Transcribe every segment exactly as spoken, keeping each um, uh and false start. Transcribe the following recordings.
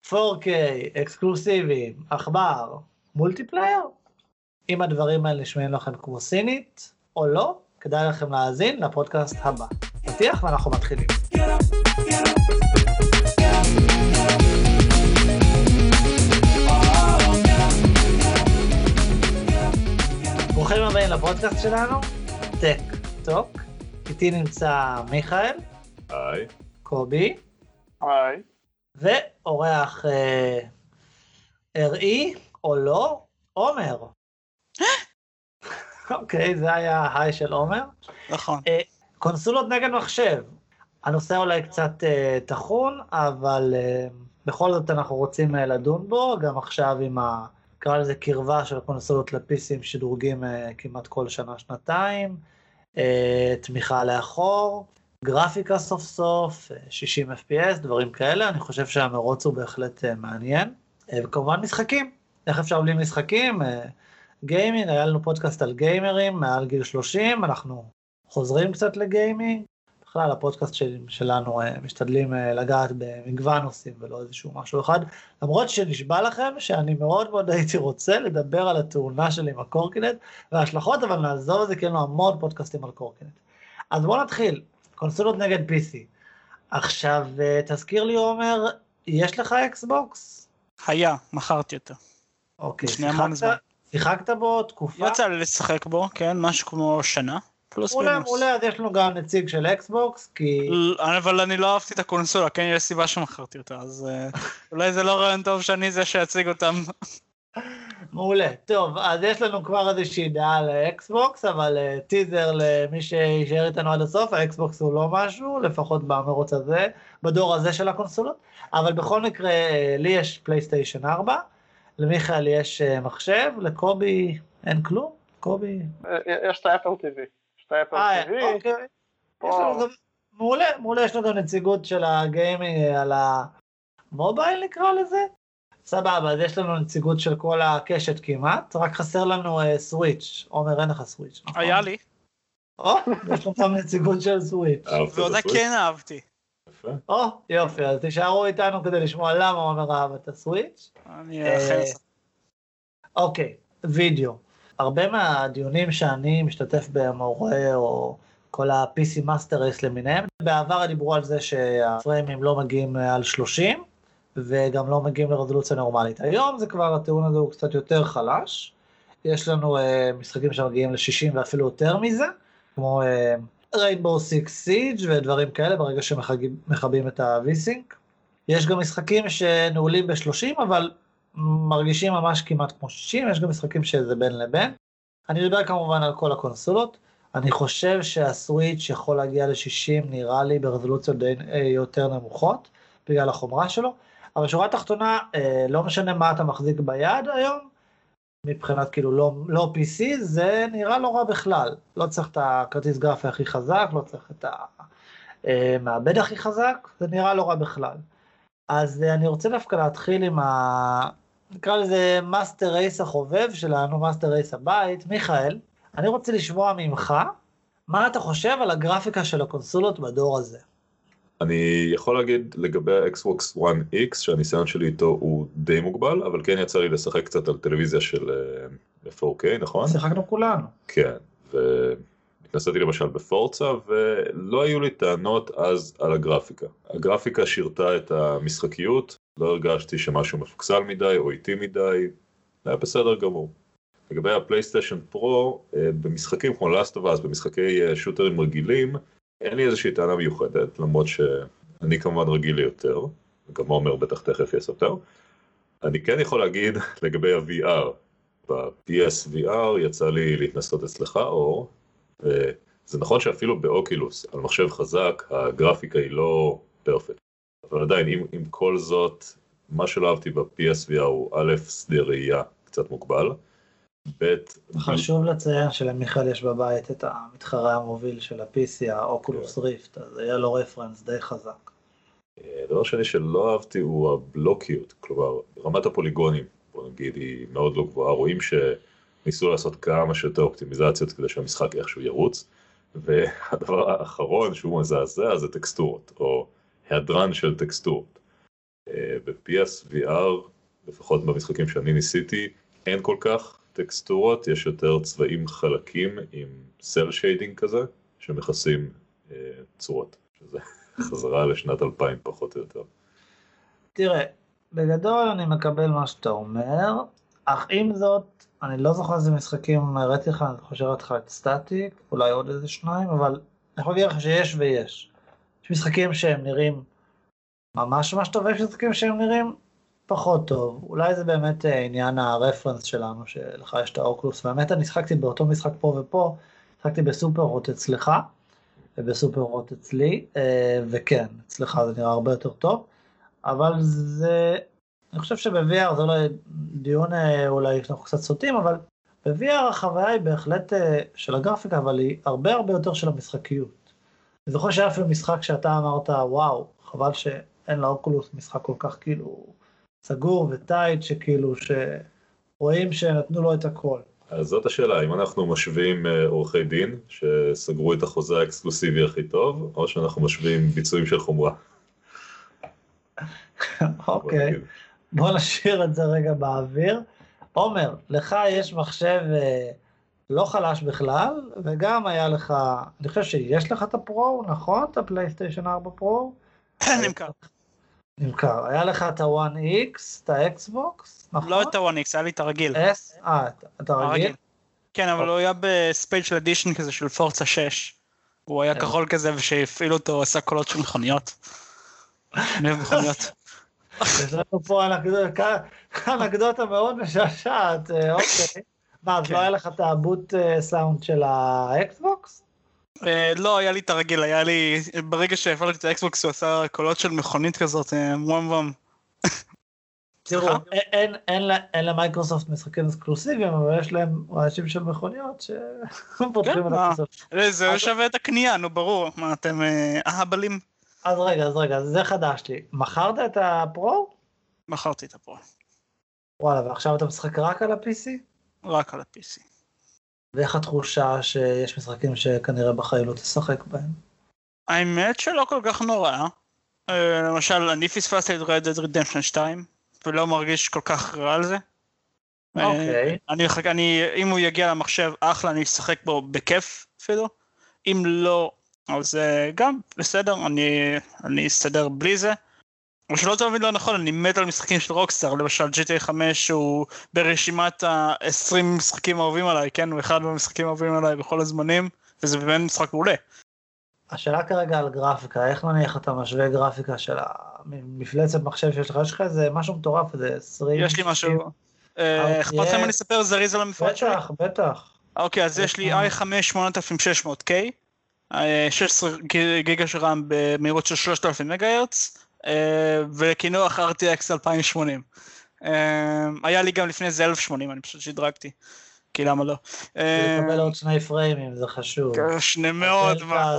פור קיי, אקסקלוסיביים, עכבר, מולטיפלייר? אם הדברים האלה נשמעים לכם כמו סינית או לא, כדאי לכם להאזין לפודקאסט הבא. פתיח ואנחנו מתחילים. ברוכים הבאים לפודקאסט שלנו, טק טוק. איתי נמצא מיכאל. היי. קובי. היי. ואורח אה, אראי או לא, עומר. אוקיי, זה היה היי של עומר. נכון. אה, קונסולות נגד מחשב. הנושא אולי קצת אה, תחון, אבל אה, בכל זאת אנחנו רוצים אה, לדון בו, גם עכשיו עם ה... קרא לזה קרבה של הקונסולות לפיסים שדורגים אה, כמעט כל שנה, שנתיים, אה, תמיכה לאחור, גרפיקה סוף סוף, אה, שישים אף פי אס, דברים כאלה. אני חושב שהמרוץ הוא בהחלט אה, מעניין. אה, וכמובן משחקים. איך אפשר בלי משחקים? אה, גיימינג, היה לנו פודקאסט על גיימרים מעל גיל שלושים, אנחנו חוזרים קצת לגיימינג. בכלל, הפודקאסט של, שלנו אה, משתדלים אה, לגעת במגוון נושאים ולא איזשהו משהו אחד, למרות שנשבע לכם שאני מאוד מאוד הייתי רוצה לדבר על התאונה שלי עם הקורקינט וההשלכות, אבל נעזוב את זה כי אין לו המון פודקאסטים על קורקינט. אז בואו נתחיל, קונסולות נגד פי סי. עכשיו, אה, תזכיר לי עומר, יש לך אקסבוקס? היה, מכרתי אותו. אוקיי, שיחקת, שיחקת בו תקופה? יצא לי לשחק בו, כן, משהו כמו שנה. פלוס מעולה, מינוס. מעולה, אז יש לנו גם נציג של אקסבוקס, כי... אבל אני לא אהבתי את הקונסולה, כן, יש סיבה שמכרתי אותה, אז אולי זה לא רעיון טוב שאני זה שיציג אותם. מעולה, טוב, אז יש לנו כבר איזושהי דעה על האקסבוקס, אבל טיזר למי שישאר איתנו עד הסוף, האקסבוקס הוא לא משהו, לפחות במרוץ הזה, בדור הזה של הקונסולות, אבל בכל מקרה, לי יש פלייסטיישן ארבע, למיכאל יש מחשב, לקובי אין כלום, קובי... יש את האפל טיווי. אה, אוקיי. מעולה, מעולה, יש לנו גם נציגות של הגיימינג על המובייל נקרא לזה. סבבה, אז יש לנו נציגות של כל הקשת כמעט, רק חסר לנו סוויץ'. עומר, אין לך סוויץ', נכון? היה לי. או, יש לנו גם נציגות של סוויץ'. ועוד כן אהבתי. או, יופי, אז תישארו איתנו כדי לשמוע למה עומר אהב את הסוויץ'. אני אחר. אוקיי, וידאו. הרבה מהדיונים שאני משתתף בהם או רואה, או כל ה-פי סי Master Race למיניהם, בעבר דיברו על זה שהפריימים לא מגיעים על שלושים, וגם לא מגיעים לרזולוציה נורמלית. היום זה כבר, הטיעון הזה הוא קצת יותר חלש, יש לנו uh, משחקים שמגיעים ל-שישים ואפילו יותר מזה, כמו uh, Rainbow Six Siege ודברים כאלה, ברגע שמכבים את ה-V-Sync. יש גם משחקים שנעולים ב-שלושים, אבל מרגישים ממש כמעט כמו שישים, יש גם משחקים שזה בין לבין. אני מדבר כמובן על כל הקונסולות, אני חושב שהסוויץ' יכול להגיע ל-שישים, נראה לי ברזולוציות די יותר נמוכות, בגלל החומרה שלו, אבל שורה תחתונה, לא משנה מה אתה מחזיק ביד היום, מבחינת כאילו לא, לא פי סי, זה נראה לא רע בכלל, לא צריך את הכרטיס גרפי הכי חזק, לא צריך את המעבד הכי חזק, זה נראה לא רע בכלל. אז אני רוצה דווקא להתחיל עם ה... נקרא לזה מאסטר רייס החובב שלנו, מאסטר רייס הבית. מיכאל, אני רוצה לשמוע ממך, מה אתה חושב על הגרפיקה של הקונסולות בדור הזה? אני יכול להגיד לגבי ה-Xbox One X, שהניסיון שלי איתו הוא די מוגבל, אבל כן יצא לי לשחק קצת על טלוויזיה של פור קיי, נכון? שיחקנו כולנו. כן, והתנסיתי למשל בפורצה, ולא היו לי טענות אז על הגרפיקה. הגרפיקה שירתה את המשחקיות, לא הרגשתי שמשהו מפוקסל מדי או איטי מדי, היה בסדר גמור. לגבי הפלייסטיישן פרו, במשחקים כמו Last of Us, במשחקי שוטרים רגילים, אין לי איזושהי טענה מיוחדת, למרות שאני כמובן רגיל לי יותר, וגם עומר בטח תכף יספר. אני כן יכול להגיד לגבי ה-וי אר, ב-פי אס וי אר יצא לי להתנסות אצלך אור, וזה נכון שאפילו באוקילוס, על מחשב חזק, הגרפיקה היא לא פרפקט. אבל עדיין, עם, עם כל זאת, מה שלא אהבתי ב-פי אס וי אר הוא א', שדה ראייה קצת מוגבל, ב', חשוב לציין שלמיכל יש בבית את המתחרה המוביל של ה-פי סי, האוקולוס ריפט, אז היה לו רפרנס די חזק. דבר שני שלא אהבתי הוא הבלוקיות, כלומר, רמת הפוליגונים, בוא נגיד, היא מאוד לא גבוהה, רואים שניסו לעשות כמה שיותר אופטימיזציות כדי שהמשחק איכשהו ירוץ, והדבר האחרון שהוא מזעזע זה טקסטורות, או היעדרן של טקסטורות. ב-פי אס וי אר, לפחות במשחקים שאני ניסיתי, אין כל כך טקסטורות, יש יותר צבעים חלקים עם סל שיידינג כזה, שמכסים אה, צורות, שזה חזרה לשנת אלפיים פחות או יותר. תראה, בגדול אני מקבל מה שאתה אומר, אך עם זאת, אני לא זוכר איזה משחקים הראיתי לך, אני חושב לך את סטטיק, אולי עוד איזה שניים, אבל אני יכול להגיד לך שיש ויש. יש משחקים שהם נראים ממש ממש טוב, ויש משחקים שהם נראים פחות טוב. אולי זה באמת עניין הרפרנס שלנו, שלך יש את האוקלוס, באמת אני שחקתי באותו משחק פה ופה, שחקתי בסופר רוט אצלך, ובסופר רוט אצלי, וכן, אצלך זה נראה הרבה יותר טוב, אבל זה, אני חושב שב-וי אר זה אולי דיון אולי אנחנו קצת סוטים, אבל ב-וי אר החוויה היא בהחלט של הגרפיקה, אבל היא הרבה הרבה יותר של המשחקיות. אני זוכר שהיה אפילו משחק שאתה אמרת, וואו, חבל שאין לאוקולוס משחק כל כך כאילו סגור וטייט, שכאילו שרואים שנתנו לו את הכל. אז זאת השאלה, אם אנחנו משווים עורכי דין שסגרו את החוזה האקסקלוסיבי הכי טוב, או שאנחנו משווים ביצועים של חומרה. אוקיי, בוא נשאיר את זה רגע באוויר. עומר, לך יש מחשב לא חלש בכלל, וגם היה לך, אני חושב שיש לך את הפרו, נכון? את הפלייסטיישן ארבע פרו? נמכר. נמכר. היה לך את ה-וואן אקס, את האקסבוקס, נכון? לא את ה-וואן אקס, היה לי את הרגיל. S, אה, את הרגיל? כן, אבל הוא היה בספיישל אדישן כזה של פורצה שש. הוא היה כחול כזה, ושהפעילו אותו, עשה קולות של מכוניות. מכוניות. יש לנו פה אנקדוטה מאוד משעשעת, אוקיי. מה, אז לא היה לך את הבוט סאונד של האקסבוקס? לא, היה לי את הרגיל, היה לי, ברגע שהפעלתי את האקסבוקס הוא עשה קולות של מכונית כזאת, וואם וואם. תראו, אין למייקרוסופט משחקים אקסקלוסיביים, אבל יש להם אנשים של מכוניות שפותחים את הכסף. זה שווה את הקנייה, נו ברור, מה אתם אהבלים? אז רגע, אז רגע, זה חדש לי. מכרת את הפרו? מכרתי את הפרו. וואלה, ועכשיו אתה משחק רק על ה-פי סי? רק על ה-פי סי. ואיך התחושה שיש משחקים שכנראה בחיים לא תשחק בהם? האמת שלא כל כך נורא. למשל, אני פספסתי את Red Dead Redemption שתיים, ולא מרגיש כל כך רע על זה. אוקיי. אני, אני, אם הוא יגיע למחשב, אחלה, אני אשחק בו בכיף אפילו. אם לא, אז גם בסדר, אני, אני אסתדר בלי זה. אבל שלא תמיד לא נכון, אני מת על משחקים של רוקסטאר, למשל ג'י טי איי חמש הוא ברשימת ה-עשרים משחקים האהובים עליי, כן? הוא אחד מהמשחקים האהובים עליי בכל הזמנים, וזה באמת משחק מעולה. השאלה כרגע על גרפיקה, איך נניח אתה משווה גרפיקה של המפלצת מחשב שיש לך, יש לך איזה משהו מטורף, זה עשרים... יש לי משהו, אכפת לכם אני אספר זריז על המפרט שלי? בטח, בטח. אוקיי, אז יש לי איי חמש שמונה אלף ושש מאות קיי, שש עשרה גיגה של רם במהירות של שלושת אלפים מגה הרץ, ולקינוח אר טי אקס אלפיים ושמונים. היה לי גם לפני זה אלף ושמונים, אני פשוט שדרגתי. כי למה לא? לקבל עוד שני פריימים, זה חשוב. שני מאוד, מה?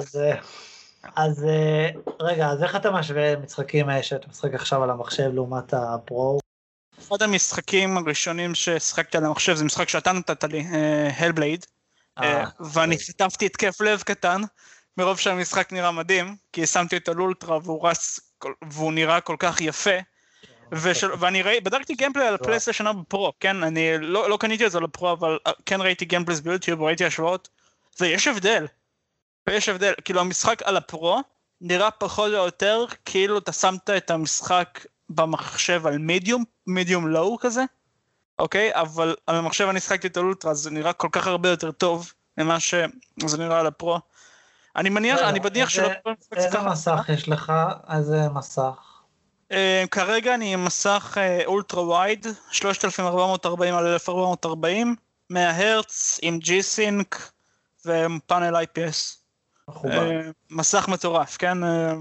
אז רגע, אז איך אתה משווה משחקים שאתה משחק עכשיו על המחשב לעומת הפרו? אחד המשחקים הראשונים ששחקתי על המחשב, זה משחק שאתה נתת לי, הלבלייד, ואני חטפתי את כיף לב קטן, מרוב שהמשחק נראה מדהים, כי שמתי אותו לאולטרה והוא רץ, והוא נראה כל כך יפה, ואני ראי, בדקתי גיימפלי על הפלייסטיישן ארבע פרו, כן, אני לא קניתי את זה לפרו, אבל כן ראיתי גיימפליס ביוטיוב, ראיתי השוואות, ויש הבדל, ויש הבדל, כאילו המשחק על הפרו, נראה פחות או יותר, כאילו אתה שמת את המשחק במחשב על מידיום, מידיום לואו כזה, אוקיי, אבל על המחשב אני שחקתי את האולטרה, זה נראה כל כך הרבה יותר טוב, ממה שזה נראה על הפרו, אני מניח, אני בדיח שלא... איזה מסך יש לך? איזה מסך? כרגע אני עם מסך אולטרה ווייד, שלושת אלפים ארבע מאות ארבעים על אלף ארבע מאות ארבעים, מאה הרץ עם ג'י סינק ופאנל איי פי אס. מסך מטורף, כן?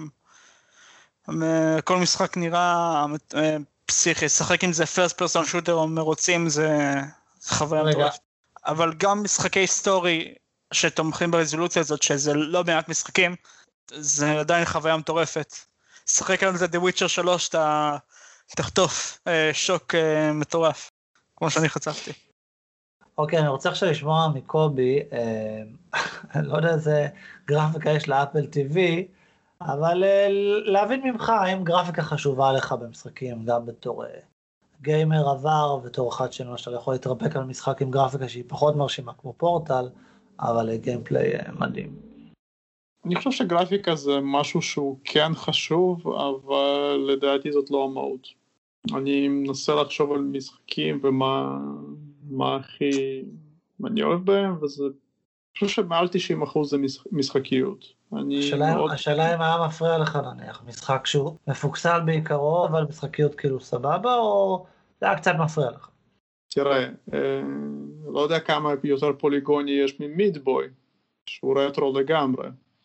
כל משחק נראה פסיכי, שחק עם זה פרסט פרסון שוטר או מרוצים, זה חוויה מטורפת. אבל גם משחקי היסטורי שתומכים ברזולוציה הזאת, שזה לא מעט משחקים, זה עדיין חוויה מטורפת. שחק על זה The Witcher שלוש, אתה תחטוף שוק מטורף, כמו שאני חצפתי. אוקיי, אני רוצה עכשיו לשמוע מקובי, לא יודע איזה גרפיקה יש לאפל טי וי, אבל להבין ממך, האם גרפיקה חשובה לך במשחקים, גם בתור גיימר עבר, בתור אחד שלמשל יכול להתרפק על משחק עם גרפיקה שהיא פחות מרשימה כמו פורטל, אבל גיימפליי מדהים. אני חושב שגרפיקה זה משהו שהוא כן חשוב, אבל לדעתי זאת לא המהות. אני מנסה לחשוב על משחקים ומה מה הכי אני אוהב בהם, וזה, אני חושב שמעל תשעים אחוז זה משחקיות. השאלה, מאוד... השאלה אם היה מפריע לך נניח, משחק שהוא מפוקסל בעיקרו, אבל משחקיות כאילו סבבה, או זה היה קצת מפריע לך? תראה, אה, לא יודע כמה יותר פוליגוני יש ממידבוי, שהוא רטרו לגמרי.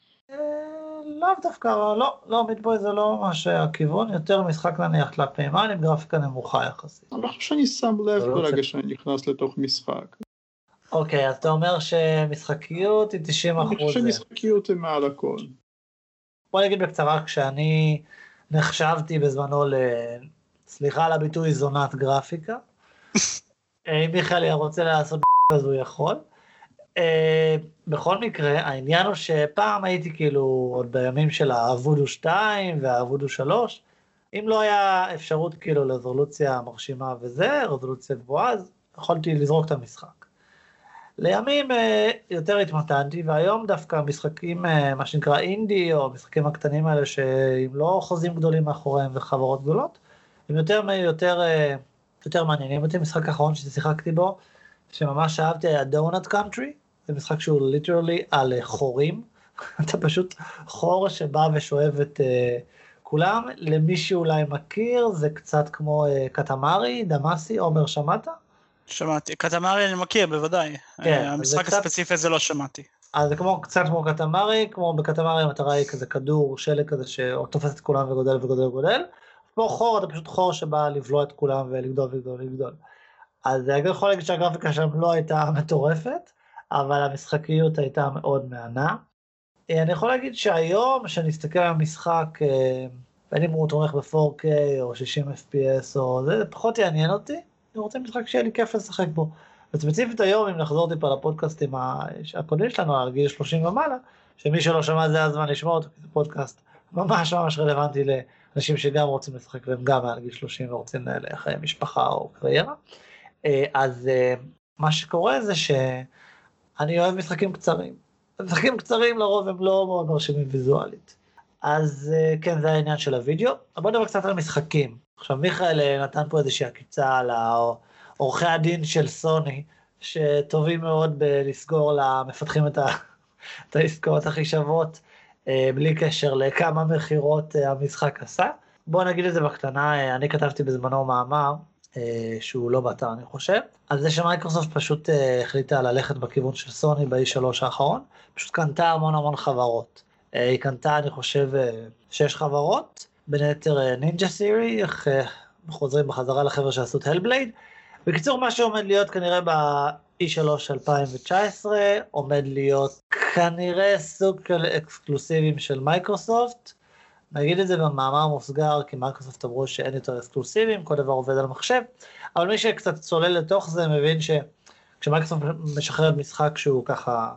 לא דווקא, לא, לא, מידבוי זה לא מה שהכיוון, יותר משחק נניח תלת מימד עם גרפיקה נמוכה יחסית. אני חושב שאני שם לב ברגע שאני נכנס לתוך משחק. אוקיי, אז אתה אומר שמשחקיות היא תשעים אחוז. אני חושב שמשחקיות היא מעל הכל. בוא נגיד בקצרה, כשאני נחשבתי בזמנו ל... סליחה על הביטוי זונת גרפיקה, אם מיכאל היה רוצה לעשות אז הוא יכול. בכל מקרה, העניין הוא שפעם הייתי כאילו עוד בימים של האבודו שתיים והאבודו שלוש, אם לא היה אפשרות כאילו לרזולוציה מרשימה וזה, רזולוציה גבוהה, אז יכולתי לזרוק את המשחק. לימים יותר התמתנתי, והיום דווקא משחקים, מה שנקרא אינדי, או משחקים הקטנים האלה, שהם לא חוזים גדולים מאחוריהם וחברות גדולות, הם יותר, יותר, יותר מעניינים אותי. משחק האחרון ששיחקתי בו, שממש אהבתי, היה דונט קאנטרי, זה משחק שהוא ליטרלי על חורים, אתה פשוט חור שבא ושואב את uh, כולם, למי שאולי מכיר, זה קצת כמו uh, קטמרי, דמאסי, עומר שמעת? שמעתי, קטמרי אני מכיר בוודאי, כן, המשחק הספציפי הזה לא שמעתי. אז זה כמו, קצת כמו קטמרי, כמו בקטמרי המטרה היא כזה כדור, שלג כזה שתופס את כולם וגודל וגודל וגודל, פה חור, אתה פשוט חור שבא לבלוע את כולם ולגדול ולגדול ולגדול. אז אני יכול להגיד שהגרפיקה שם לא הייתה מטורפת, אבל המשחקיות הייתה מאוד מענה. אני יכול להגיד שהיום, כשנסתכל על המשחק, בין אם הוא תומך ב-פור קיי או שישים אף פי אס, או זה, זה פחות יעניין אותי. אני רוצה משחק שיהיה לי כיף לשחק בו. וספציפית היום, אם נחזור טיפה לפודקאסטים הקודמים שלנו, על גיל שלושים ומעלה, שמי שלא שמע זה הזמן לשמוע אותו, כי זה פודקאסט ממש ממש רלוונטי לאנשים שגם רוצים לשחק, והם גם מעל גיל שלושים ורוצים לנהל חיי משפחה או קריירה. אז מה שקורה זה שאני אוהב משחקים קצרים. משחקים קצרים לרוב הם לא מאוד מרשימים ויזואלית. אז כן, זה העניין של הוידאו. בואו נדבר קצת על משחקים. עכשיו מיכאל נתן פה איזושהי עקיצה על עורכי הדין של סוני, שטובים מאוד בלסגור למפתחים את, ה... את העסקאות הכי שוות, בלי קשר לכמה מחירות המשחק עשה. בואו נגיד את זה בקטנה, אני כתבתי בזמנו מאמר, שהוא לא באתר אני חושב, על זה שמייקרוסופט פשוט החליטה ללכת בכיוון של סוני ב-E שלוש האחרון, פשוט קנתה המון המון חברות. היא קנתה אני חושב שש חברות, בין היתר נינג'ה סירי, איך חוזרים בחזרה לחבר'ה שעשו את הלבלייד. בקיצור, מה שעומד להיות כנראה ב-E שלוש אלפיים תשע עשרה, עומד להיות כנראה סוג של אקסקלוסיבים של מייקרוסופט. נגיד את זה במאמר מוסגר, כי מייקרוסופט אמרו שאין יותר אקסקלוסיבים, כל דבר עובד על מחשב, אבל מי שקצת צולל לתוך זה מבין שכשמייקרוסופט משחררת משחק שהוא ככה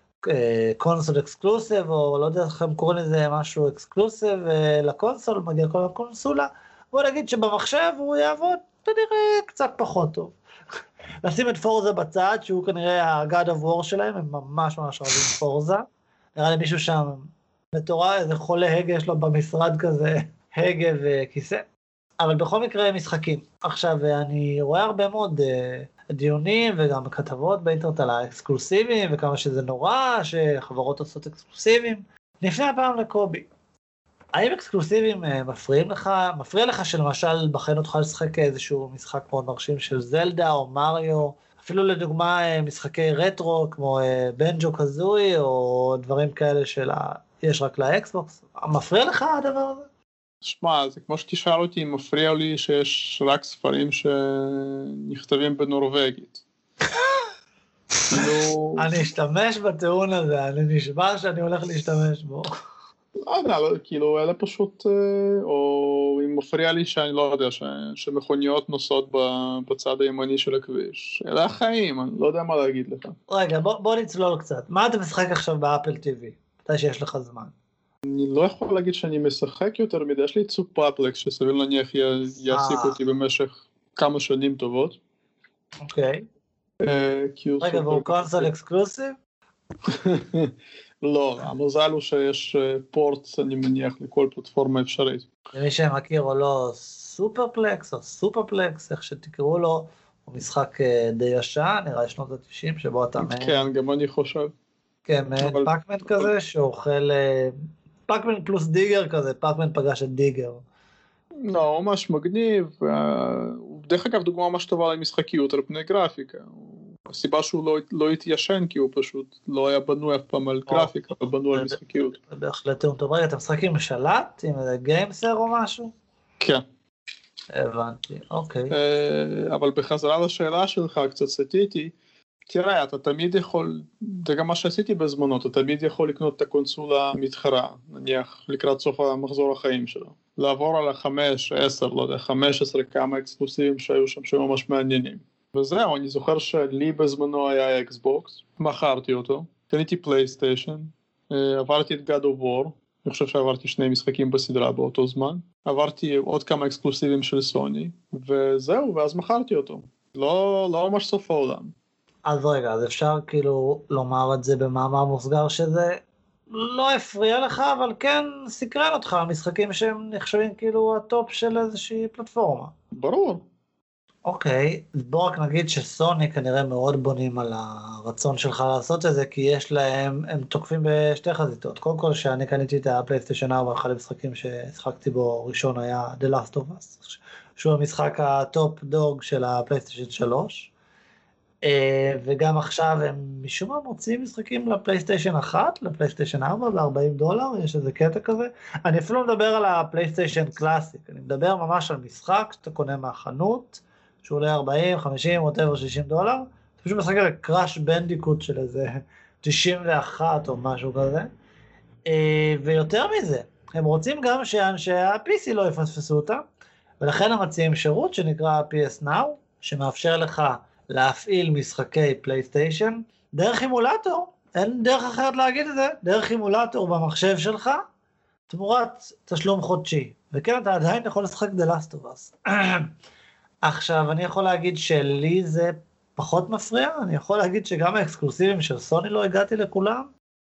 קונסול אקסקלוסיב, או לא יודע איך הם קוראים לזה משהו אקסקלוסיב לקונסול, מגיע כל הקונסולה, בוא נגיד שבמחשב הוא יעבוד, כנראה קצת פחות טוב. לשים את פורזה בצד, שהוא כנראה ה-God of War שלהם, הם ממש ממש אוהבים פורזה, נראה לי מישהו שם בתורה, איזה חולה הגה יש לו במשרד כזה, הגה וכיסא, אבל בכל מקרה משחקים. עכשיו אני רואה הרבה מאוד uh, דיונים וגם כתבות באינטרנט על האקסקלוסיבים, וכמה שזה נורא שחברות עושות אקסקלוסיבים. נפנה הפעם לקובי. האם אקסקלוסיבים uh, מפריעים לך? מפריע לך שלמשל בחיים לא תוכל לשחק איזשהו משחק מאוד מרשים של זלדה או מריו, אפילו לדוגמה uh, משחקי רטרו כמו uh, בנג'ו קזוי, או דברים כאלה של ה... יש רק לאקסבוקס, מפריע לך הדבר הזה? שמע, זה כמו שתשאל אותי, מפריע לי שיש רק ספרים שנכתבים בנורווגית. אני אשתמש בטיעון הזה, אני נשבע שאני הולך להשתמש בו. לא יודע, כאילו, אלה פשוט, או אם מפריע לי שאני לא יודע, שמכוניות נוסעות בצד הימני של הכביש. אלה החיים, אני לא יודע מה להגיד לך. רגע, בוא נצלול קצת. מה אתה משחק עכשיו באפל טי וי? מתי שיש לך זמן. אני לא יכול להגיד שאני משחק יותר מדי, יש לי את סופרפלקס שסביר להניח יעסיק אותי במשך כמה שנים טובות. אוקיי. רגע, והוא קונסול אקסקלוסיב? לא, המזל הוא שיש פורט, אני מניח, לכל פלטפורמה אפשרית. למי שמכיר או לא, סופרפלקס או סופרפלקס, איך שתקראו לו, הוא משחק די ישן, נראה שנות ה-תשעים, שבו אתה... כן, גם אני חושב. כן, מעין פאקמן כזה, שאוכל... פאקמן פלוס דיגר כזה, פאקמן פגש את דיגר. לא, ממש מגניב, דרך אגב דוגמה ממש טובה למשחקיות על פני גרפיקה. הסיבה שהוא לא, לא התיישן כי הוא פשוט לא היה בנוי אף פעם על גרפיקה, אבל בנוי על משחקיות. זה בהחלט תאום טוב. רגע, אתה משחק עם שלט? עם איזה גיימסר או משהו? כן. הבנתי, אוקיי. אבל בחזרה לשאלה שלך, קצת סטיתי, תראה, אתה תמיד יכול, זה גם מה שעשיתי בזמנו, אתה תמיד יכול לקנות את הקונסולה המתחרה, נניח לקראת סוף המחזור החיים שלו. לעבור על החמש, עשר, לא יודע, חמש עשרה כמה אקסקלוסיבים שהיו שם שהיו ממש מעניינים. וזהו, אני זוכר שלי בזמנו היה אקסבוקס, מכרתי אותו, קניתי פלייסטיישן, עברתי את God of War, אני חושב שעברתי שני משחקים בסדרה באותו זמן, עברתי עוד כמה אקסקלוסיבים של סוני, וזהו, ואז מכרתי אותו. לא, לא ממש סוף העולם. אז רגע, אז אפשר כאילו לומר את זה במאמר מוסגר שזה לא הפריע לך, אבל כן סקרן אותך, משחקים שהם נחשבים כאילו הטופ של איזושהי פלטפורמה. ברור. אוקיי, בוא רק נגיד שסוני כנראה מאוד בונים על הרצון שלך לעשות את זה, כי יש להם, הם תוקפים בשתי חזיתות. קודם כל שאני קניתי את הפלייסטיישן ארבע, אחד המשחקים ששחקתי בו ראשון היה The Last of Us, שהוא המשחק הטופ דוג של הפלייסטיישן שלוש. וגם עכשיו הם משום מה מוצאים משחקים לפלייסטיישן אחת, לפלייסטיישן ארבע ב-ארבעים דולר, יש איזה קטע כזה. אני אפילו מדבר על הפלייסטיישן קלאסיק, אני מדבר ממש על משחק שאתה קונה מהחנות, שהוא עולה ארבעים, חמישים, whatever, שישים דולר, אתה פשוט משחק על קראש בנדיקוט של איזה תשעים ואחת או משהו כזה. ויותר מזה, הם רוצים גם שאנשי ה-פי סי לא יפספסו אותה, ולכן הם מציעים שירות שנקרא פי אס Now, שמאפשר לך להפעיל משחקי פלייסטיישן, דרך אימולטור, אין דרך אחרת להגיד את זה, דרך אימולטור במחשב שלך, תמורת תשלום חודשי, וכן אתה עדיין יכול לשחק The Last of Us. עכשיו אני יכול להגיד שלי זה פחות מפריע, אני יכול להגיד שגם האקסקלוסיבים של סוני לא הגעתי לכולם,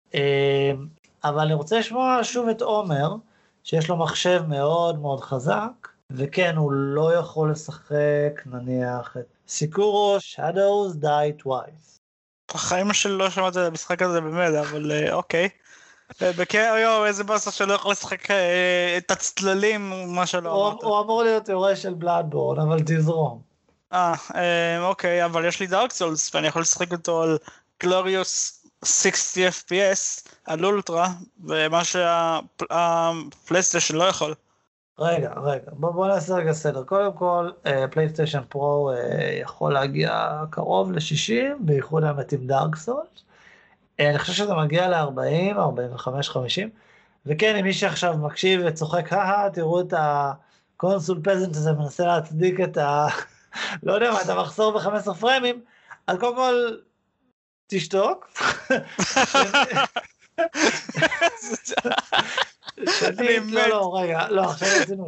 אבל אני רוצה לשמוע שוב את עומר, שיש לו מחשב מאוד מאוד חזק, וכן, הוא לא יכול לשחק, נניח, את סיקורו, Shadows Die Twice. בחיים שלי לא שמעתי את המשחק הזה באמת, אבל אוקיי. בקריו, איזה באסה שלא יכול לשחק את הצללים, מה שלא אמרת. הוא אמור להיות יורה של בלאדבורן, אבל תזרום. אה, אוקיי, אבל יש לי דארק סולס, ואני יכול לשחק אותו על גלוריוס שישים אף פי אס, על אולטרה, ומה שהפלייסטיישן לא יכול. רגע, רגע, בוא, בוא נעשה רגע סדר. קודם כל, פלייסטיישן פרו יכול להגיע קרוב ל-שישים, בייחוד האמת עם דארק סולס. אני חושב שזה מגיע ל-ארבעים, ארבעים וחמש, חמישים. וכן, אם מי שעכשיו מקשיב וצוחק, הא, תראו את הקונסול פזנט הזה, מנסה להצדיק את ה... לא יודע מה, את המחסור ב-חמישה עשר פריימים, אז קודם כל, תשתוק. שנית, לא, לא, רגע, לא, עכשיו רצינות.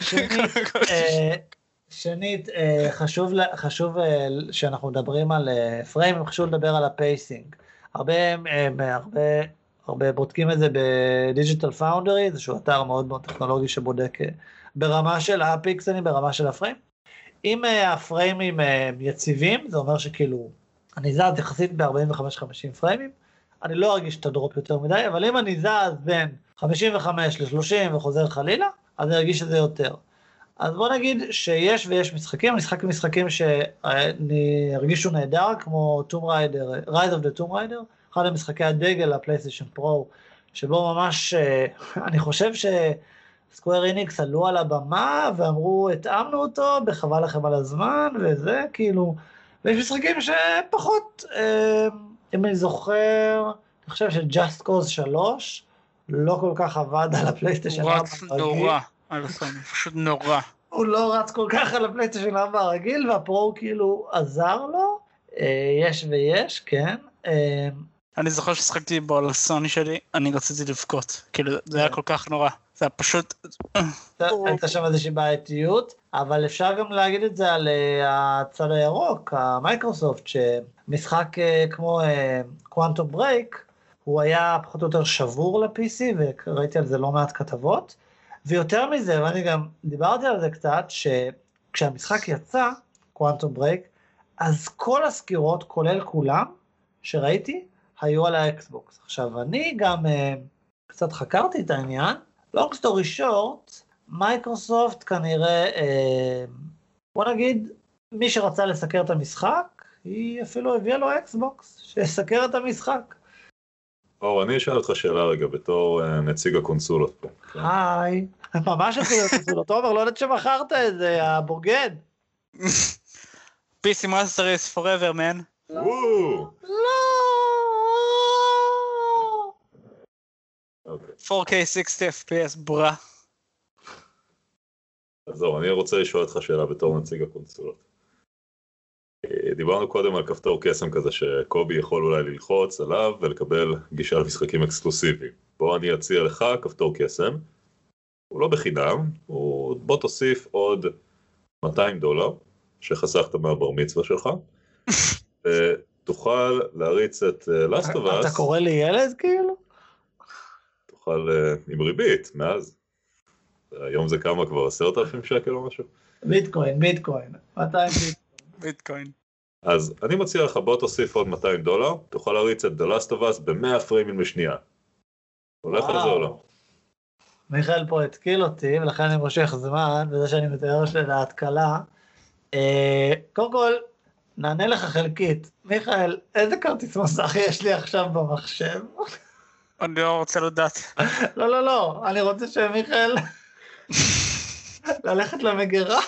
שנית, חשוב שאנחנו מדברים על פריימים, חשוב לדבר על הפייסינג. הרבה, הרבה, הרבה בודקים את זה בדיג'יטל פאונדרי, זה שהוא אתר מאוד מאוד טכנולוגי שבודק ברמה של הפיקסלים, ברמה של הפריים. אם הפריימים יציבים, זה אומר שכאילו, אני זז יחסית ב-ארבעים וחמש חמישים פריימים, אני לא ארגיש את הדרופ יותר מדי, אבל אם אני זז בין חמישים וחמש ל-שלושים וחוזר חלילה, אז אני ארגיש את זה יותר. אז בוא נגיד שיש ויש משחקים, אני משחק משחקים שאני הרגישו נהדר, כמו Tomb Raider, Rise of the Tomb Raider, אחד המשחקי הדגל, הפלייסטיישן פרו, שבו ממש, אני חושב שסקוואר איניקס עלו על הבמה, ואמרו, התאמנו אותו, בחבל לכם על הזמן, וזה כאילו, ויש משחקים שפחות, אם אני זוכר, אני חושב ש-Just Cause שלוש, לא כל כך עבד על הפלייסטיישן ארבע הרגיל. הוא רץ נורא, על הסוני, פשוט נורא. הוא לא רץ כל כך על הפלייסטיישן ארבע הרגיל, והפרו כאילו עזר לו, יש ויש, כן. אני זוכר ששחקתי בו על הסוני שלי, אני רציתי לבכות, כאילו זה היה כל כך נורא, זה היה פשוט... הייתה שם איזושהי בעייתיות, אבל אפשר גם להגיד את זה על הצד הירוק, המייקרוסופט, שמשחק כמו קוואנטום ברייק, הוא היה פחות או יותר שבור ל-פי סי, וראיתי על זה לא מעט כתבות, ויותר מזה, ואני גם דיברתי על זה קצת, שכשהמשחק יצא, קוואנטום ברייק, אז כל הסקירות, כולל כולם, שראיתי, היו על האקסבוקס. עכשיו, אני גם uh, קצת חקרתי את העניין, long story short, מייקרוסופט כנראה, uh, בוא נגיד, מי שרצה לסקר את המשחק, היא אפילו הביאה לו אקסבוקס, שיסקר את המשחק. או, אני אשאל אותך שאלה רגע, בתור uh, נציג הקונסולות פה. היי, ממש נציג הקונסולות, עומר, לא יודעת שמכרת את זה, הבוגד. פי סי Master Race forever, man. וואו! פור קיי sixty F P S, בורה. אז זהו, אני רוצה לשאול אותך שאלה בתור נציג הקונסולות. דיברנו קודם על כפתור קסם כזה שקובי יכול אולי ללחוץ עליו ולקבל גישה למשחקים אקסקלוסיביים. בוא אני אציע לך כפתור קסם, הוא לא בחינם, הוא... בוא תוסיף עוד מאתיים דולר שחסכת מהבר מצווה שלך, ותוכל להריץ את Last of Us. אתה קורא לי ילד כאילו? תוכל עם ריבית, מאז. היום זה כמה כבר, עשרת אלפים שקל או משהו? ביטקוין, ביטקוין, מאתיים ביטקוין. ביטקוין. אז אני מציע לך, בוא תוסיף עוד מאתיים דולר, תוכל להריץ את The Last of Us ב-מאה פריימים לשנייה. הולך על זה או לא? מיכאל פה התקיל אותי, ולכן אני מושך זמן, וזה שאני מתאר של ההתקלה. קודם כל, נענה לך חלקית. מיכאל, איזה כרטיס מסך יש לי עכשיו במחשב? אני לא רוצה לדעת. לא, לא, לא, אני רוצה שמיכאל ללכת למגירה.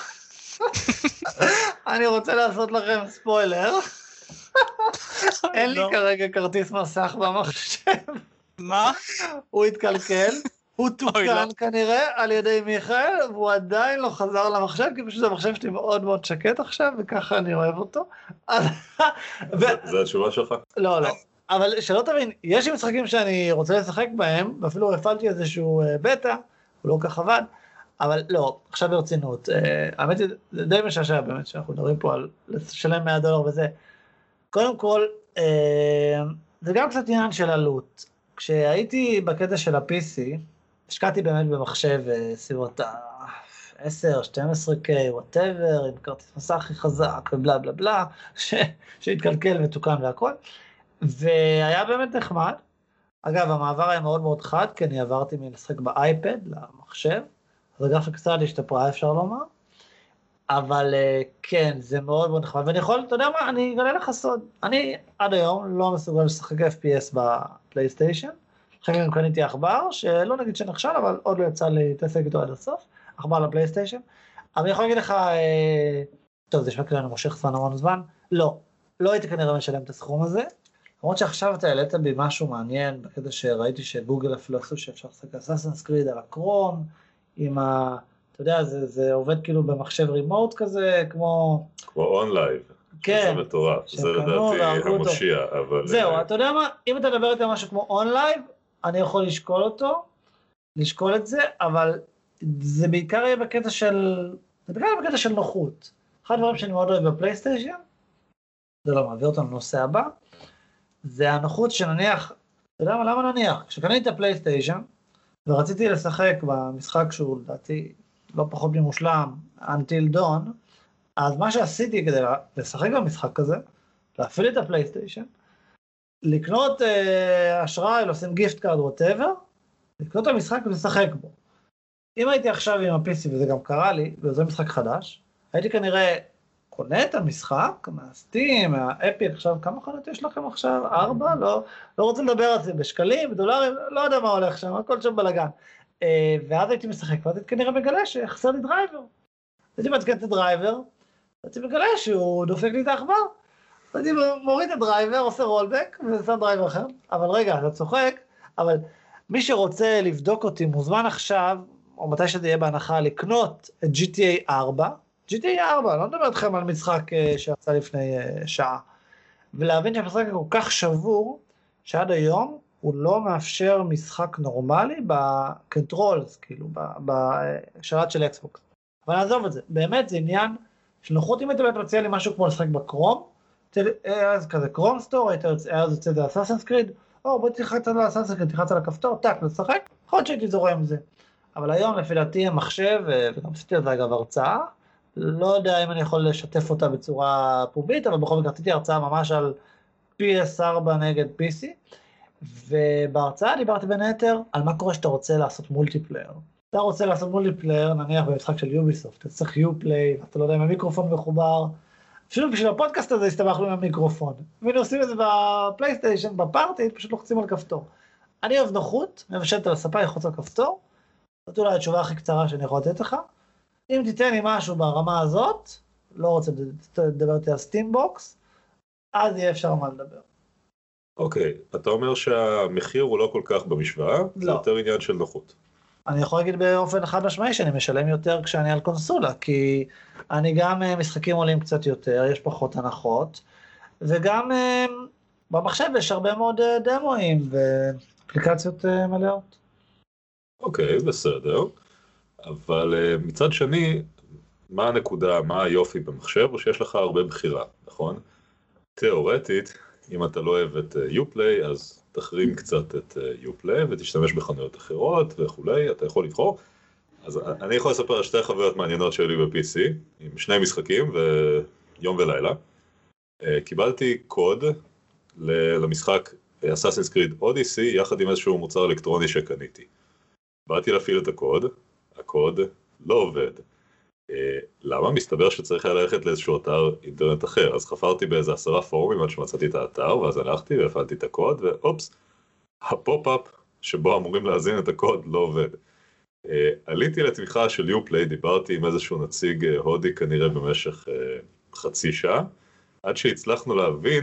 אני רוצה לעשות לכם ספוילר. אין לי כרגע כרטיס מסך במחשב. מה? הוא התקלקל, הוא תוקן כנראה על ידי מיכאל, והוא עדיין לא חזר למחשב, כי פשוט המחשב שלי מאוד מאוד שקט עכשיו, וככה אני אוהב אותו. זה התשובה שלך? לא, לא. אבל שלא תבין, יש לי משחקים שאני רוצה לשחק בהם, ואפילו הפעלתי איזשהו בטא, הוא לא כך עבד, אבל לא, עכשיו ברצינות. האמת היא, זה די משעשע באמת, שאנחנו מדברים פה על לשלם מאה דולר וזה. קודם כל, זה גם קצת עניין של עלות. כשהייתי בקטע של ה-פי סי, השקעתי באמת במחשב סביבות ה-עשר, שתים עשרה קיי, whatever, עם כרטיס מסך הכי חזק ובלה בלה בלה, שהתקלקל ותוקן והכל. והיה באמת נחמד. אגב, המעבר היה מאוד מאוד חד, כי אני עברתי מלשחק באייפד למחשב, אז הגרפיקה קצת השתפרה, אפשר לומר. אבל כן, זה מאוד מאוד נחמד. ואני יכול, אתה יודע מה, אני אגלה לך סוד. אני עד היום לא מסוגל לשחק אף פי אס בפלייסטיישן. אחרי גם קניתי עכבר, שלא נגיד שנכשל, אבל עוד לא יצא להתעסק איתו עד הסוף. עכבר לפלייסטיישן. אבל אני יכול להגיד לך, אה, טוב, זה שווה אני מושך זמן המון זמן. לא, לא הייתי כנראה משלם את הסכום הזה. למרות שעכשיו אתה העלית בי משהו מעניין, בקטע שראיתי שגוגל אפילו עשו שאפשר לשחק אסאסינס קריד על הקרום, עם ה... אתה יודע, זה, זה עובד כאילו במחשב רימוט כזה, כמו... כמו אונלייב. כן. זה מטורף, זה לדעתי המושיע, אבל... זהו, אתה יודע מה, אם אתה מדבר איתי על משהו כמו אונלייב, אני יכול לשקול אותו, לשקול את זה, אבל זה בעיקר יהיה בקטע של... זה בעיקר יהיה בקטע של נוחות. אחד הדברים שאני מאוד אוהב בפלייסטיישן, זה לא מעביר אותנו לנושא הבא, זה הנוחות שנניח, אתה יודע מה, למה נניח? כשקניתי את הפלייסטיישן, ורציתי לשחק במשחק שהוא לדעתי לא פחות ממושלם, Until Dawn, אז מה שעשיתי כדי לשחק במשחק הזה, להפעיל את הפלייסטיישן, לקנות אה, אשראי, לשים גיפט קארד, whatever, לקנות את המשחק ולשחק בו. אם הייתי עכשיו עם ה-פי סי, וזה גם קרה לי, וזה משחק חדש, הייתי כנראה קונה את המשחק מהסטים, מהאפיק, עכשיו, כמה חנות יש לכם עכשיו? ארבע? לא, לא רוצה לדבר על זה, בשקלים, בדולרים, לא יודע מה הולך שם, הכל שם בלגן. אה, ואז הייתי משחק, ואז הייתי כנראה מגלה שחסר לי דרייבר. הייתי מתקן את הדרייבר, הייתי מגלה שהוא דופק לי את העכבר. הייתי מוריד את הדרייבר, עושה רולבק, ושם דרייבר אחר. אבל רגע, אתה צוחק, אבל מי שרוצה לבדוק אותי מוזמן עכשיו, או מתי שזה יהיה בהנחה, לקנות את ג'י טי איי ארבע, ג'י טי איי ארבע, לא מדבר אתכם על משחק שיצא לפני שעה, ולהבין שהמשחק כל כך שבור, שעד היום הוא לא מאפשר משחק נורמלי בקונטרולס, כאילו, בשלט של אקסבוקס. אבל נעזוב את זה, באמת זה עניין של נוחות. אם אתה באמת מציע לי משהו כמו לשחק בקרום, אז כזה קרום סטור, היית יוצא זה אסאסינס קריד, או בוא תלחץ על האסאסינס קריד, תלחץ על הכפתור, טק, לשחק, יכול להיות שהייתי זורם עם זה. אבל היום לפי דעתי המחשב, וגם עשיתי על זה אגב הרצאה, לא יודע אם אני יכול לשתף אותה בצורה פומבית, אבל בכל מקרה עשיתי הרצאה ממש על פי אס ארבע נגד פי סי, ובהרצאה דיברתי בין היתר על מה קורה שאתה רוצה לעשות מולטיפלייר. אתה רוצה לעשות מולטיפלייר, נניח במשחק של יוביסופט, אתה צריך יופליי, אתה לא יודע אם המיקרופון מחובר, אפילו בשביל הפודקאסט הזה הסתבכנו עם המיקרופון, והנה עושים את זה בפלייסטיישן, בפארטי, פשוט לוחצים על כפתור. אני אוהב נוחות, מבשלת על הספה, יחוץ על כפתור, זאת אולי התשובה הכי קצרה שאני יכול לתת לך. אם תיתן לי משהו ברמה הזאת, לא רוצה לדבר איתי על סטימבוקס, אז יהיה אפשר מה לדבר. אוקיי, אתה אומר שהמחיר הוא לא כל כך במשוואה, זה יותר עניין של נוחות. אני יכול להגיד באופן חד משמעי שאני משלם יותר כשאני על קונסולה, כי אני גם משחקים עולים קצת יותר, יש פחות הנחות, וגם במחשב יש הרבה מאוד דמואים ואפליקציות מלאות. אוקיי, בסדר. אבל מצד שני, מה הנקודה, מה היופי במחשב, או שיש לך הרבה בחירה, נכון? תיאורטית, אם אתה לא אוהב את יופליי, אז תחרים קצת את יופליי ותשתמש בחנויות אחרות וכולי, אתה יכול לבחור. אז אני יכול לספר על שתי חוויות מעניינות שלי ב-פי סי, עם שני משחקים ויום ולילה. קיבלתי קוד למשחק Assassin's Creed Odyssey, יחד עם איזשהו מוצר אלקטרוני שקניתי. באתי להפעיל את הקוד, הקוד לא עובד. למה? מסתבר שצריך היה ללכת לאיזשהו אתר אינטרנט אחר, אז חפרתי באיזה עשרה פורומים עד שמצאתי את האתר, ואז הלכתי והפעלתי את הקוד, ואופס, הפופ-אפ שבו אמורים להזין את הקוד לא עובד. עליתי לתמיכה של יופליי, דיברתי עם איזשהו נציג הודי כנראה במשך חצי שעה, עד שהצלחנו להבין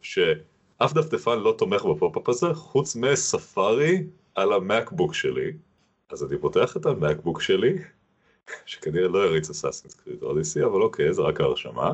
שאף דפדפן לא תומך בפופ-אפ הזה, חוץ מספארי על המקבוק שלי. אז אני פותח את המקבוק שלי, שכנראה לא יריץ Assassin's Creed Odyssey, אבל אוקיי, זה רק ההרשמה.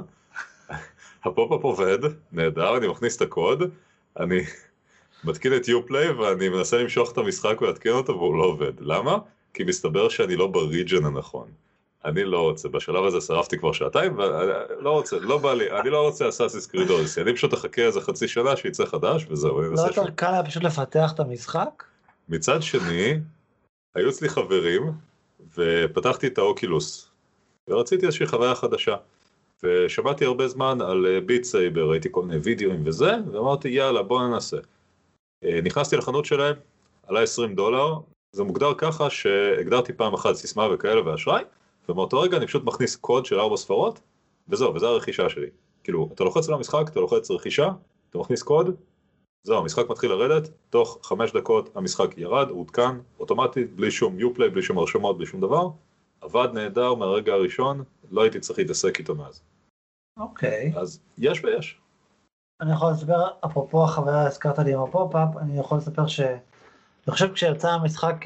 הפופ-אפ עובד, נהדר, אני מכניס את הקוד, אני מתקין את יופליי ואני מנסה למשוך את המשחק ולהתקין אותו והוא לא עובד. למה? כי מסתבר שאני לא בריג'ן הנכון. אני לא רוצה, בשלב הזה שרפתי כבר שעתיים, ולא רוצה, לא בא לי, אני לא רוצה Assassin's Creed Odyssey, אני פשוט אחכה איזה חצי שנה שיצא חדש וזהו. לא יותר קל היה פשוט לפתח את המשחק? מצד שני, היו אצלי חברים, ופתחתי את האוקילוס, ורציתי איזושהי חוויה חדשה, ושמעתי הרבה זמן על ביט סייבר, ראיתי כל מיני וידאוים וזה, ואמרתי יאללה בוא ננסה. נכנסתי לחנות שלהם, עלה עשרים דולר, זה מוגדר ככה שהגדרתי פעם אחת סיסמה וכאלה ואשראי, ומאותו רגע אני פשוט מכניס קוד של ארבע ספרות, וזהו, וזו הרכישה שלי. כאילו, אתה לוחץ על המשחק, אתה לוחץ רכישה, אתה מכניס קוד, זהו, המשחק מתחיל לרדת, תוך חמש דקות המשחק ירד, עודכן, אוטומטית, בלי שום יופליי, בלי שום הרשמות, בלי שום דבר, עבד נהדר מהרגע הראשון, לא הייתי צריך להתעסק איתו מאז. אוקיי. אז יש ויש. אני יכול לספר, אפרופו החוויה, הזכרת לי עם הפופ-אפ, אני יכול לספר ש... אני חושב כשיצא המשחק,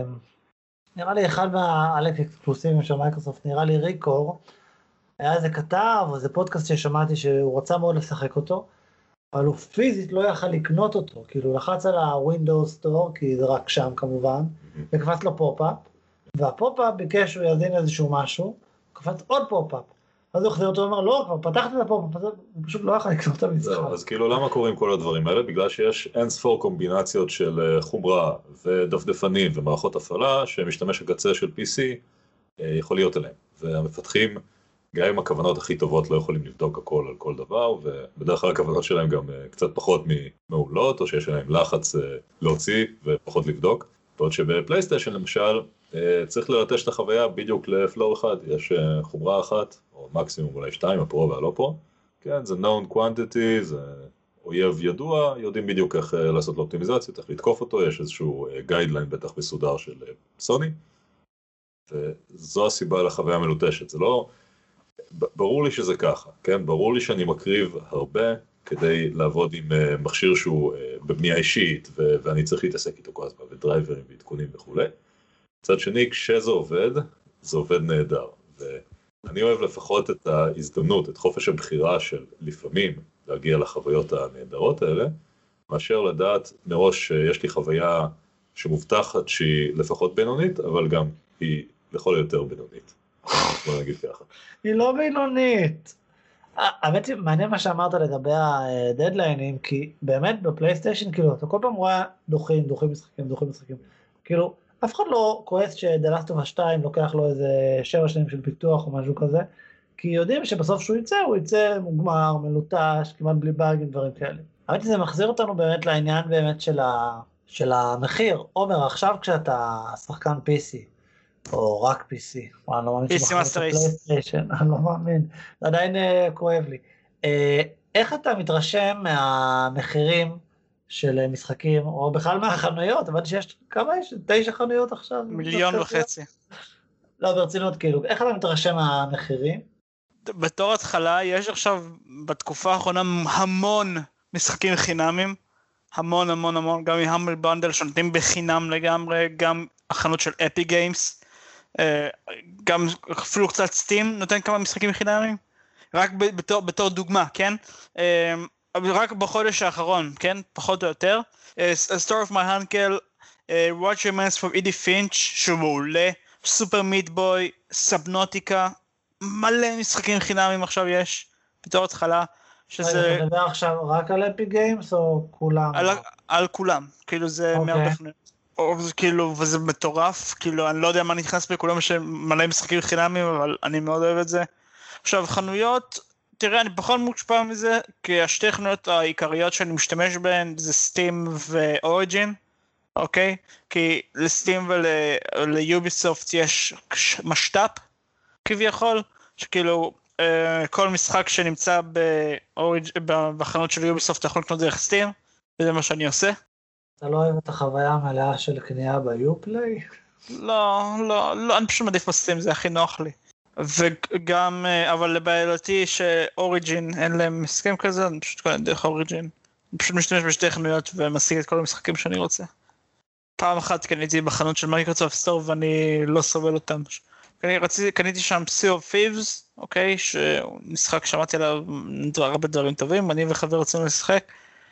נראה לי אחד מהאלק אקסקלוסיביים של מייקרוסופט, נראה לי ריקור, היה איזה כתב, או איזה פודקאסט ששמעתי שהוא רצה מאוד לשחק אותו, אבל הוא פיזית לא יכל לקנות אותו, כאילו לחץ על ה-Windows Store, כי זה רק שם כמובן, וקפץ לו פופ-אפ, והפופ-אפ ביקש שהוא יזין איזשהו משהו, קפץ עוד פופ-אפ, אז הוא חזיר אותו ואומר, לא, כבר פתחת את הפופ-אפ, הוא פשוט לא יכל לקנות את המשחק. אז כאילו למה קוראים כל הדברים האלה? בגלל שיש אין ספור קומבינציות של חומרה ודפדפנים ומערכות הפעלה, שמשתמש הקצה של פי סי יכול להיות אליהם, והמפתחים גם עם הכוונות הכי טובות לא יכולים לבדוק הכל על כל דבר, ובדרך כלל הכוונות שלהם גם קצת פחות מעולות, או שיש להם לחץ להוציא ופחות לבדוק. בעוד שבפלייסטיישן למשל, צריך לרטש את החוויה בדיוק לפלור אחד, יש חומרה אחת, או מקסימום אולי שתיים, הפרו והלא פרו. כן, זה known quantity, זה אויב ידוע, יודעים בדיוק איך לעשות לו אופטימיזציה, איך לתקוף אותו, יש איזשהו גיידליין בטח מסודר של סוני, וזו הסיבה לחוויה המלוטשת, זה לא... ברור לי שזה ככה, כן? ברור לי שאני מקריב הרבה כדי לעבוד עם מכשיר שהוא בבנייה אישית, ואני צריך להתעסק איתו כל הזמן, ודרייברים ועדכונים וכו'. מצד שני, כשזה עובד, זה עובד נהדר. ואני אוהב לפחות את ההזדמנות, את חופש הבחירה של לפעמים להגיע לחוויות הנהדרות האלה, מאשר לדעת מראש שיש לי חוויה שמובטחת שהיא לפחות בינונית, אבל גם היא לכל היותר בינונית. בוא נגיד ככה. היא לא בינונית. האמת היא, מעניין מה שאמרת לגבי הדדליינים, כי באמת בפלייסטיישן, כאילו, אתה כל פעם רואה דוחים, דוחים משחקים, דוחים משחקים. כאילו, אף אחד לא כועס שדלסטובה שתיים לוקח לו איזה שבע שנים של פיתוח או משהו כזה, כי יודעים שבסוף שהוא יצא, הוא יצא מוגמר, מלוטש, כמעט בלי באגים, דברים כאלה. האמת היא, זה מחזיר אותנו באמת לעניין באמת של, ה... של המחיר. עומר, עכשיו כשאתה שחקן פי סי, או רק פי סי, אני לא מאמין שמחר את הפלייסטיישן, אני לא מאמין, זה עדיין uh, כואב לי. Uh, איך אתה מתרשם מהמחירים של משחקים, או בכלל מהחנויות? הבנתי שיש, כמה יש? תשע חנויות עכשיו? מיליון וחצי. לא, ברצינות, כאילו, איך אתה מתרשם מהמחירים? בתור התחלה, יש עכשיו בתקופה האחרונה המון משחקים חינמים, המון המון המון, גם מהמבל בנדל שנותנים בחינם לגמרי, גם החנות של אפי גיימס, גם אפילו קצת סטים נותן כמה משחקים חינמים, רק בתור, בתור דוגמה, כן? רק בחודש האחרון, כן? פחות או יותר. A Story of My Uncle, Watch Your Mans from Edie Finch, שהוא מעולה, סופר מיט בוי, סאבנוטיקה, מלא משחקים חינמים עכשיו יש, בתור התחלה, שזה... אתה מדבר עכשיו רק על אפי גיימס או כולם? על, על כולם, כאילו זה okay. מאוד תוכניות. כאילו, וזה מטורף, כאילו, אני לא יודע מה נכנס בכולם שמלא משחקים חינמים, אבל אני מאוד אוהב את זה. עכשיו, חנויות, תראה, אני פחות מושפע מזה, כי השתי חנויות העיקריות שאני משתמש בהן זה סטים ואוריג'ין, אוקיי? כי לסטים וליוביסופט יש משת"פ, כביכול, שכאילו, כל משחק שנמצא בחנות של יוביסופט, אתה יכול לקנות דרך סטים, וזה מה שאני עושה. אתה לא אוהב את החוויה המלאה של קנייה ביופליי? לא, לא, לא, אני פשוט מעדיף בסטים, זה הכי נוח לי. וגם, אבל לבעייתי שאוריג'ין אין להם הסכם כזה, אני פשוט קונה דרך אוריג'ין. אני פשוט משתמש בשתי חנויות ומשיג את כל המשחקים שאני רוצה. פעם אחת קניתי בחנות של מייקרוסופט סטור ואני לא סובל אותם. רציתי, קניתי שם Sea of Thieves, אוקיי, שמשחק שמעתי עליו הרבה דברים טובים, אני וחבר רצינו לשחק.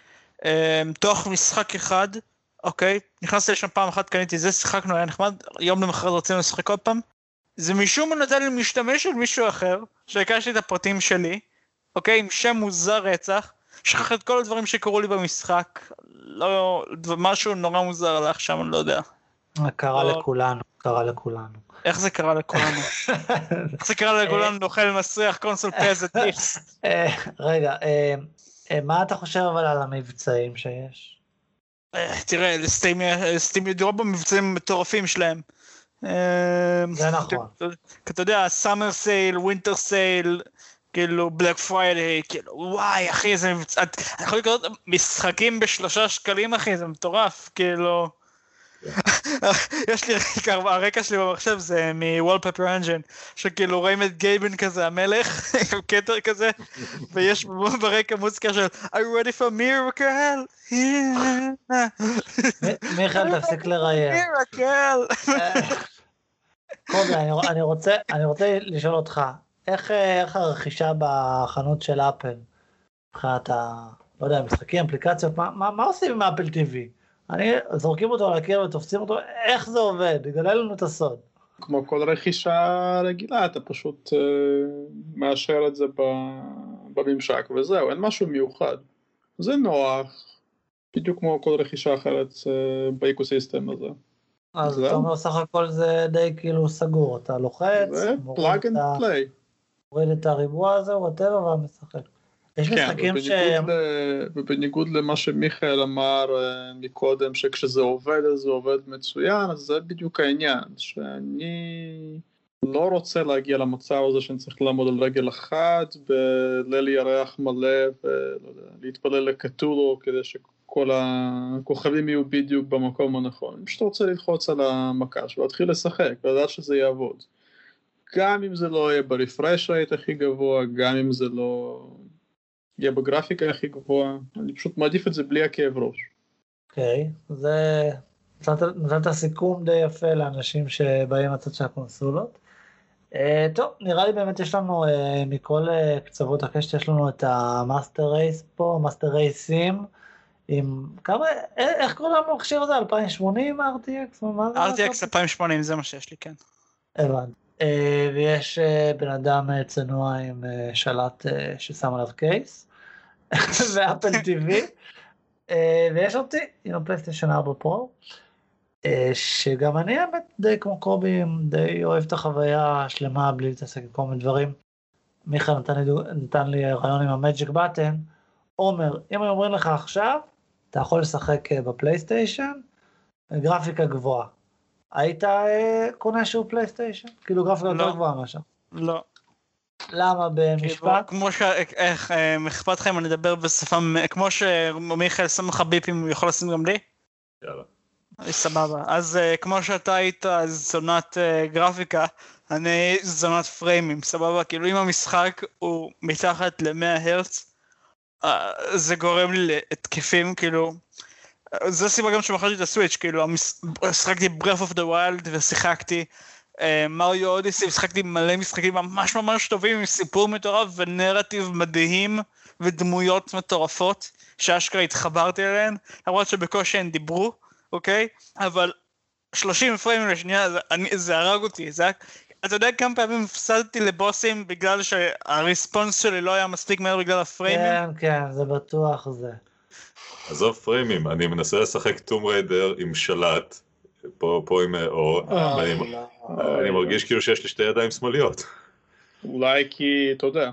תוך משחק אחד, אוקיי, נכנסתי לשם פעם אחת, קניתי זה, שיחקנו, היה נחמד, יום למחרת רצינו לשחק עוד פעם, זה משום מה נתן לי משתמש של מישהו אחר, שהקשתי את הפרטים שלי, אוקיי, עם שם מוזר רצח, שכח את כל הדברים שקוראו לי במשחק, לא, משהו נורא מוזר הלך שם, אני לא יודע. קרה לכולנו, קרה לכולנו. איך זה קרה לכולנו? איך זה קרה לכולנו, נוכל מסריח, קונסול פז, דיס? רגע, מה אתה חושב אבל על המבצעים שיש? תראה, לסטים ידעו במבצעים מטורפים שלהם. זה נכון. כי אתה יודע, סאמר סייל, ווינטר סייל, כאילו בלק פריידיי, כאילו וואי אחי, איזה מבצע, אתה יכול לקרוא משחקים בשלושה שקלים אחי, זה מטורף, כאילו... יש לי הרקע שלי במחשב זה מ-Wallpaper Engine שכאילו רואים את גייבן כזה המלך עם קטר כזה ויש ברקע מוזיקה של Are you ready for miracle? מיכאל תפסיק לראיין. miracle. קובי אני רוצה אני רוצה לשאול אותך איך הרכישה בחנות של אפל מבחינת ה... לא יודע, משחקים, אפליקציות, מה עושים עם אפל טיווי? אני, זורקים אותו על הקיר ותופסים אותו, איך זה עובד? יגלה לנו את הסוד. כמו כל רכישה רגילה, אתה פשוט uh, מאשר את זה בממשק, וזהו, אין משהו מיוחד. זה נוח, בדיוק כמו כל רכישה אחרת uh, באקוסיסטם הזה. אז אתה אומר, סך הכל זה די כאילו סגור, אתה לוחץ, זה פלאג אנד פליי. מוריד את הריבוע הזה, וואטאבר, והמשחק. יש משחקים ש... ובניגוד למה שמיכאל אמר מקודם, שכשזה עובד אז זה עובד מצוין, אז זה בדיוק העניין, שאני לא רוצה להגיע למצב הזה שאני צריך לעמוד על רגל אחת, בליל ירח מלא, ולהתפלל לקטולו, כדי שכל הכוכבים יהיו בדיוק במקום הנכון. אני פשוט רוצה ללחוץ על המקש, ולהתחיל לשחק, ולדעת שזה יעבוד. גם אם זה לא יהיה ברפרש רייט הכי גבוה, גם אם זה לא... יהיה בגרפיקה הכי גבוהה, אני פשוט מעדיף את זה בלי הכאב ראש. אוקיי, זה נתת סיכום די יפה לאנשים שבאים מצד של הקונסולות. טוב, נראה לי באמת יש לנו מכל קצוות הקשת, יש לנו את המאסטר רייס פה, מאסטר רייסים, עם כמה, איך קוראים למכשיר הזה? אלפיים שמונים אר טי אקס? אר טי אקס אלפיים שמונים, זה מה שיש לי, כן. הבנתי. ויש בן אדם צנוע עם שלט ששם עליו קייס, ואפל טי וי, ויש אותי עם הפלייסטיישן ארבע פרו, שגם אני האמת די כמו קובי, די אוהב את החוויה השלמה בלי להתעסק עם כל מיני דברים. מיכאל נתן לי, נתן לי רעיון עם המג'יק בטן, עומר, אם אני אומרים לך עכשיו, אתה יכול לשחק בפלייסטיישן, גרפיקה גבוהה. היית קונה שהוא פלייסטיישן? כאילו גרפיקה יותר גבוהה משהו. לא. למה במשפט? כמו ש... איך, אכפת לך אם אני אדבר בשפה, כמו שמיכאל שם לך ביפים, הוא יכול לשים גם לי? יאללה. סבבה. אז כמו שאתה היית זונת גרפיקה, אני זונת פריימים, סבבה? כאילו אם המשחק הוא מתחת ל-מאה הרץ, זה גורם לי להתקפים, כאילו, זו סיבה גם שמחרתי את הסוויץ', כאילו, שחקתי Breath of the Wild ושיחקתי מריו אודיסי, ושחקתי מלא משחקים ממש ממש טובים, עם סיפור מטורף ונרטיב מדהים ודמויות מטורפות, שאשכרה התחברתי אליהן, למרות שבקושי הן דיברו, אוקיי? אבל שלושים פריימים לשנייה, זה, אני, זה הרג אותי, זה היה... אתה יודע כמה פעמים הפסדתי לבוסים בגלל שהריספונס שלי לא היה מספיק מהר בגלל הפריימים? כן, כן, זה בטוח זה. עזוב פריימים, אני מנסה לשחק טום ריידר עם שלט, פה, פה עם אור, ואני אני מרגיש כאילו שיש לי שתי ידיים שמאליות. אולי כי, אתה יודע.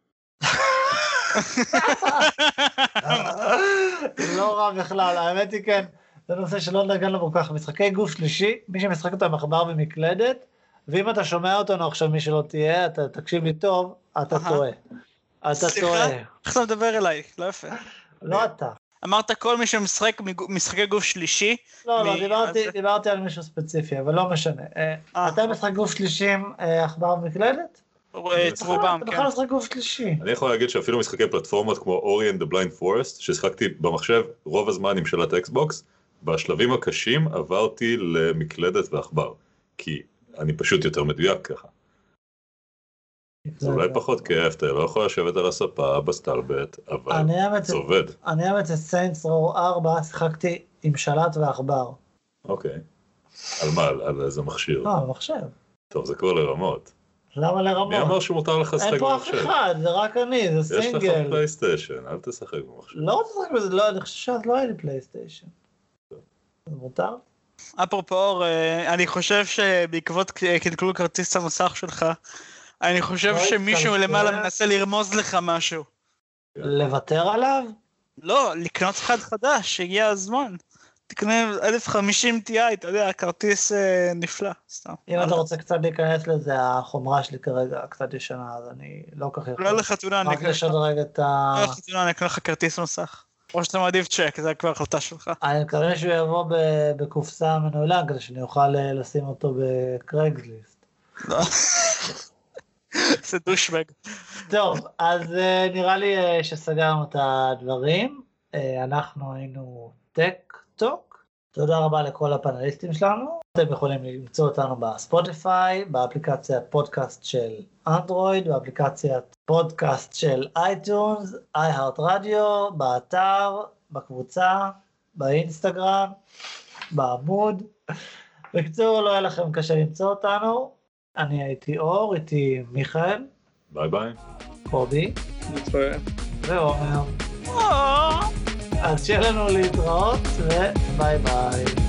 לא רע בכלל, האמת היא כן, זה נושא שלא נגענו בו כך, משחקי גוף שלישי, מי שמשחק אותו מחבר במקלדת, ואם אתה שומע אותנו עכשיו, מי שלא תהיה, אתה תקשיב לי טוב, אתה טועה. אתה טועה. איך אתה מדבר אליי? לא יפה. לא אתה. אמרת כל מי שמשחק משחקי גוף שלישי. לא, לא, דיברתי על מישהו ספציפי, אבל לא משנה. אתה משחק גוף שלישים עכבר במקלדת? את רובם, כן. בכלל משחק גוף שלישי. אני יכול להגיד שאפילו משחקי פלטפורמות כמו אורי and the Blind Forest, ששחקתי במחשב רוב הזמן עם שלט אקסבוקס, בשלבים הקשים עברתי למקלדת ועכבר, כי אני פשוט יותר מדויק ככה. זה אולי פחות כיף, אתה לא יכול לשבת על הספה בסטלבט, אבל זה עובד. אני האמת את סיינטס רו ארבע שיחקתי עם שלט ועכבר. אוקיי. על מה? על איזה מכשיר? לא, על מחשב. טוב, זה כבר לרמות. למה לרמות? מי אמר שהוא מותר לך לשחק במחשב? אין פה אף אחד, זה רק אני, זה סינגל. יש לך פלייסטיישן, אל תשחק במחשב. לא רוצה לשחק בזה, אני חושב שאז לא היה לי פלייסטיישן. זה מותר? אפרופו אור, אני חושב שבעקבות קלקול כרטיס המסך שלך, אני חושב שמישהו למעלה מנסה לרמוז לך משהו. לוותר עליו? לא, לקנות אחד חדש, הגיע הזמן. תקנה אלף וחמישים טי איי, אתה יודע, כרטיס נפלא, סתם. אם אתה רוצה קצת להיכנס לזה, החומרה שלי כרגע קצת ישנה, אז אני לא כך יכול. לא לחתונה, רק לשדרג את ה... לא לחתונה, אני אקנה לך כרטיס מסך. או שאתה מעדיף צ'ק, זה כבר החלטה שלך. אני מקווה שהוא יבוא בקופסה מנעולה, כדי שאני אוכל לשים אותו בקרייגסליסט. לא. זה דושבג. טוב, אז נראה לי שסגרנו את הדברים. אנחנו היינו טק טוק. תודה רבה לכל הפאנליסטים שלנו. אתם יכולים למצוא אותנו בספוטיפיי, באפליקציית פודקאסט של אנדרואיד, באפליקציית פודקאסט של אייטונס, איי-הארט רדיו, באתר, בקבוצה, באינסטגרם, בעמוד. בקצור, לא יהיה לכם קשה למצוא אותנו. אני הייתי אור, איתי מיכאל. ביי ביי. קובי. נתראה. ועומר. אז שיהיה לנו להתראות, וביי ביי.